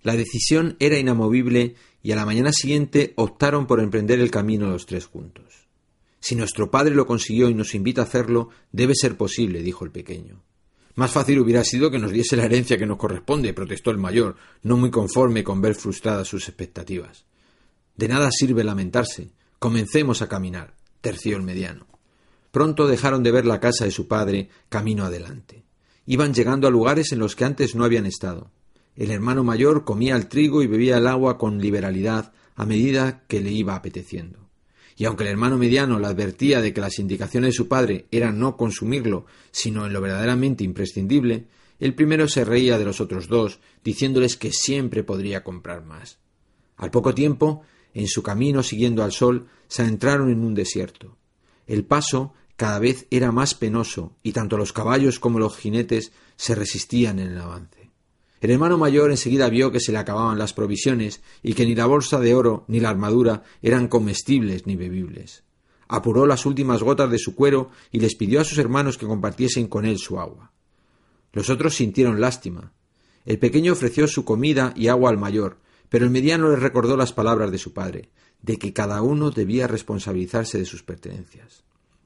La decisión era inamovible y a la mañana siguiente optaron por emprender el camino los tres juntos. Si nuestro padre lo consiguió y nos invita a hacerlo, debe ser posible, dijo el pequeño. Más fácil hubiera sido que nos diese la herencia que nos corresponde, protestó el mayor, no muy conforme con ver frustradas sus expectativas. De nada sirve lamentarse. Comencemos a caminar, terció el mediano. Pronto dejaron de ver la casa de su padre camino adelante. Iban llegando a lugares en los que antes no habían estado. El hermano mayor comía el trigo y bebía el agua con liberalidad a medida que le iba apeteciendo. Y aunque el hermano mediano le advertía de que las indicaciones de su padre eran no consumirlo, sino en lo verdaderamente imprescindible, el primero se reía de los otros dos, diciéndoles que siempre podría comprar más. Al poco tiempo, en su camino siguiendo al sol, se adentraron en un desierto. El paso cada vez era más penoso y tanto los caballos como los jinetes se resistían en el avance. El hermano mayor enseguida vio que se le acababan las provisiones y que ni la bolsa de oro ni la armadura eran comestibles ni bebibles. Apuró las últimas gotas de su cuero y les pidió a sus hermanos que compartiesen con él su agua. Los otros sintieron lástima. El pequeño ofreció su comida y agua al mayor, pero el mediano les recordó las palabras de su padre, de que cada uno debía responsabilizarse de sus pertenencias.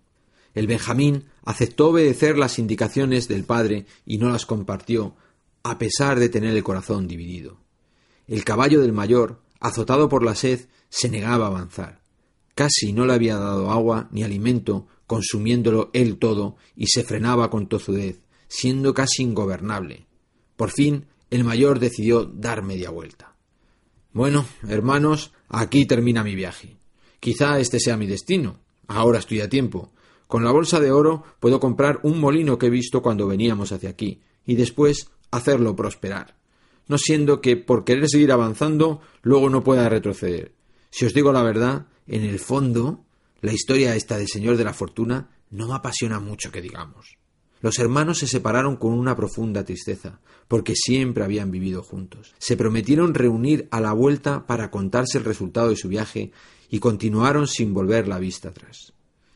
El Benjamín aceptó obedecer las indicaciones del padre y no las compartió, a pesar de tener el corazón dividido. El caballo del mayor, azotado por la sed, se negaba a avanzar. Casi no le había dado agua ni alimento, consumiéndolo él todo, y se frenaba con tozudez, siendo casi ingobernable. Por fin, el mayor decidió dar media vuelta. Bueno, hermanos, aquí termina mi viaje. Quizá este sea mi destino. Ahora estoy a tiempo. Con la bolsa de oro puedo comprar un molino que he visto cuando veníamos hacia aquí, y después hacerlo prosperar, no siendo que, por querer seguir avanzando, luego no pueda retroceder. Si os digo la verdad, en el fondo, la historia esta del señor de la fortuna no me apasiona mucho que digamos. Los hermanos se separaron con una profunda tristeza, porque siempre habían vivido juntos. Se prometieron reunir a la vuelta para contarse el resultado de su viaje y continuaron sin volver la vista atrás.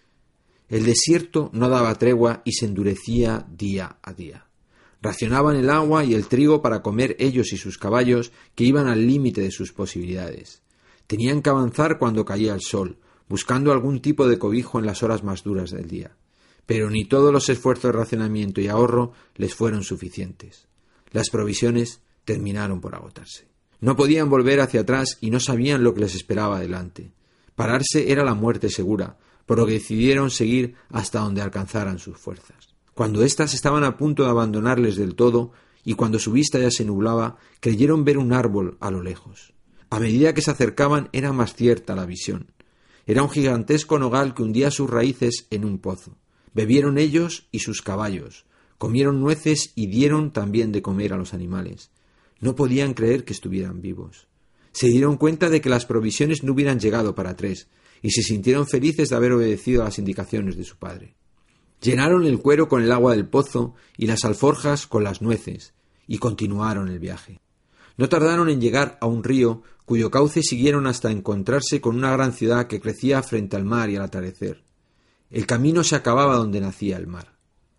El desierto no daba tregua y se endurecía día a día. Racionaban el agua y el trigo para comer ellos y sus caballos, que iban al límite de sus posibilidades. Tenían que avanzar cuando caía el sol, buscando algún tipo de cobijo en las horas más duras del día. Pero ni todos los esfuerzos de racionamiento y ahorro les fueron suficientes. Las provisiones terminaron por agotarse. No podían volver hacia atrás y no sabían lo que les esperaba adelante. Pararse era la muerte segura, por lo que decidieron seguir hasta donde alcanzaran sus fuerzas. Cuando éstas estaban a punto de abandonarles del todo, y cuando su vista ya se nublaba, creyeron ver un árbol a lo lejos. A medida que se acercaban era más cierta la visión. Era un gigantesco nogal que hundía sus raíces en un pozo. Bebieron ellos y sus caballos, comieron nueces y dieron también de comer a los animales. No podían creer que estuvieran vivos. Se dieron cuenta de que las provisiones no hubieran llegado para tres, y se sintieron felices de haber obedecido a las indicaciones de su padre. Llenaron el cuero con el agua del pozo y las alforjas con las nueces, y continuaron el viaje. No tardaron en llegar a un río cuyo cauce siguieron hasta encontrarse con una gran ciudad que crecía frente al mar y al atardecer. El camino se acababa donde nacía el mar.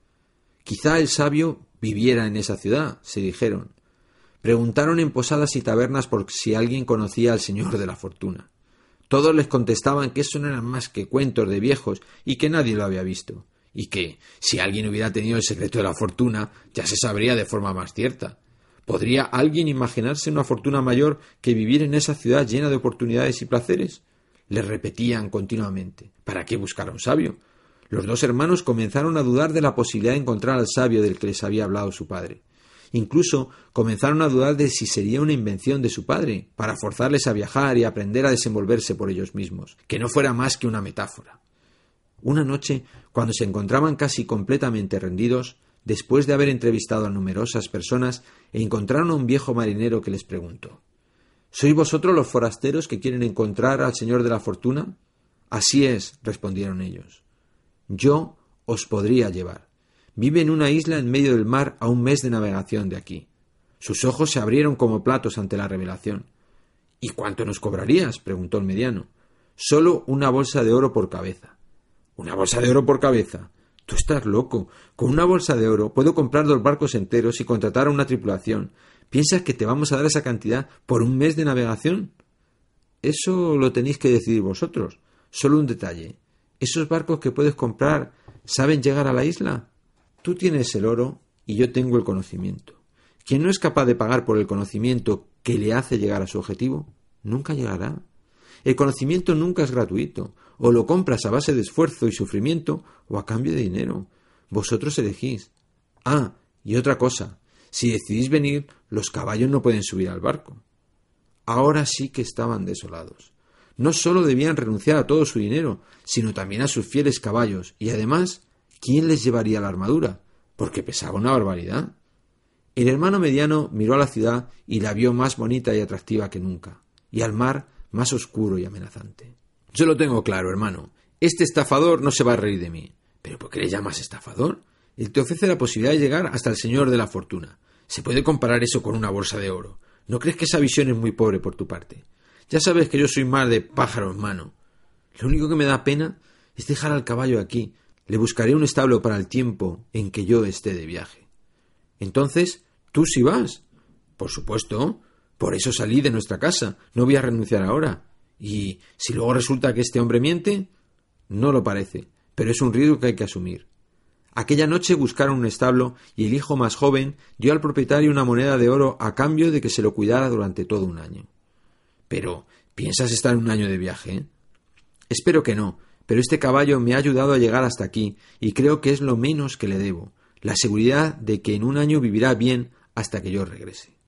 Quizá el sabio viviera en esa ciudad, se dijeron. Preguntaron en posadas y tabernas por si alguien conocía al señor de la fortuna. Todos les contestaban que eso no eran más que cuentos de viejos y que nadie lo había visto. Y que, si alguien hubiera tenido el secreto de la fortuna, ya se sabría de forma más cierta. ¿Podría alguien imaginarse una fortuna mayor que vivir en esa ciudad llena de oportunidades y placeres? Les repetían continuamente. ¿Para qué buscar a un sabio? Los dos hermanos comenzaron a dudar de la posibilidad de encontrar al sabio del que les había hablado su padre. Incluso comenzaron a dudar de si sería una invención de su padre, para forzarles a viajar y aprender a desenvolverse por ellos mismos, que no fuera más que una metáfora. Una noche, cuando se encontraban casi completamente rendidos, después de haber entrevistado a numerosas personas, encontraron a un viejo marinero que les preguntó: ¿Sois vosotros los forasteros que quieren encontrar al señor de la fortuna? Así es, respondieron ellos. Yo os podría llevar. Vive en una isla en medio del mar a un mes de navegación de aquí. Sus ojos se abrieron como platos ante la revelación. ¿Y cuánto nos cobrarías?, preguntó el mediano. Solo una bolsa de oro por cabeza. ¿Una bolsa de oro por cabeza? Tú estás loco. Con una bolsa de oro puedo comprar 2 barcos enteros y contratar a una tripulación. ¿Piensas que te vamos a dar esa cantidad por un mes de navegación? Eso lo tenéis que decidir vosotros. Solo un detalle. ¿Esos barcos que puedes comprar saben llegar a la isla? Tú tienes el oro y yo tengo el conocimiento. Quien no es capaz de pagar por el conocimiento que le hace llegar a su objetivo, nunca llegará. El conocimiento nunca es gratuito. O lo compras a base de esfuerzo y sufrimiento o a cambio de dinero. Vosotros elegís. Ah, y otra cosa. Si decidís venir, los caballos no pueden subir al barco. Ahora sí que estaban desolados. No sólo debían renunciar a todo su dinero, sino también a sus fieles caballos, y además, ¿quién les llevaría la armadura? Porque pesaba una barbaridad. El hermano mediano miró a la ciudad y la vio más bonita y atractiva que nunca, y al mar más oscuro y amenazante. Yo lo tengo claro, hermano. Este estafador no se va a reír de mí. ¿Pero por qué le llamas estafador? Él te ofrece la posibilidad de llegar hasta el señor de la fortuna. ¿Se puede comparar eso con una bolsa de oro? ¿No crees que esa visión es muy pobre por tu parte? Ya sabes que yo soy más de pájaro en mano. Lo único que me da pena es dejar al caballo aquí. Le buscaré un establo para el tiempo en que yo esté de viaje. Entonces, ¿tú sí vas? Por supuesto. Por eso salí de nuestra casa. No voy a renunciar ahora. ¿Y si luego resulta que este hombre miente? No lo parece, pero es un riesgo que hay que asumir. Aquella noche buscaron un establo y el hijo más joven dio al propietario una moneda de oro a cambio de que se lo cuidara durante todo un año. Pero, ¿piensas estar un año de viaje? Espero que no, pero este caballo me ha ayudado a llegar hasta aquí y creo que es lo menos que le debo, la seguridad de que en un año vivirá bien hasta que yo regrese.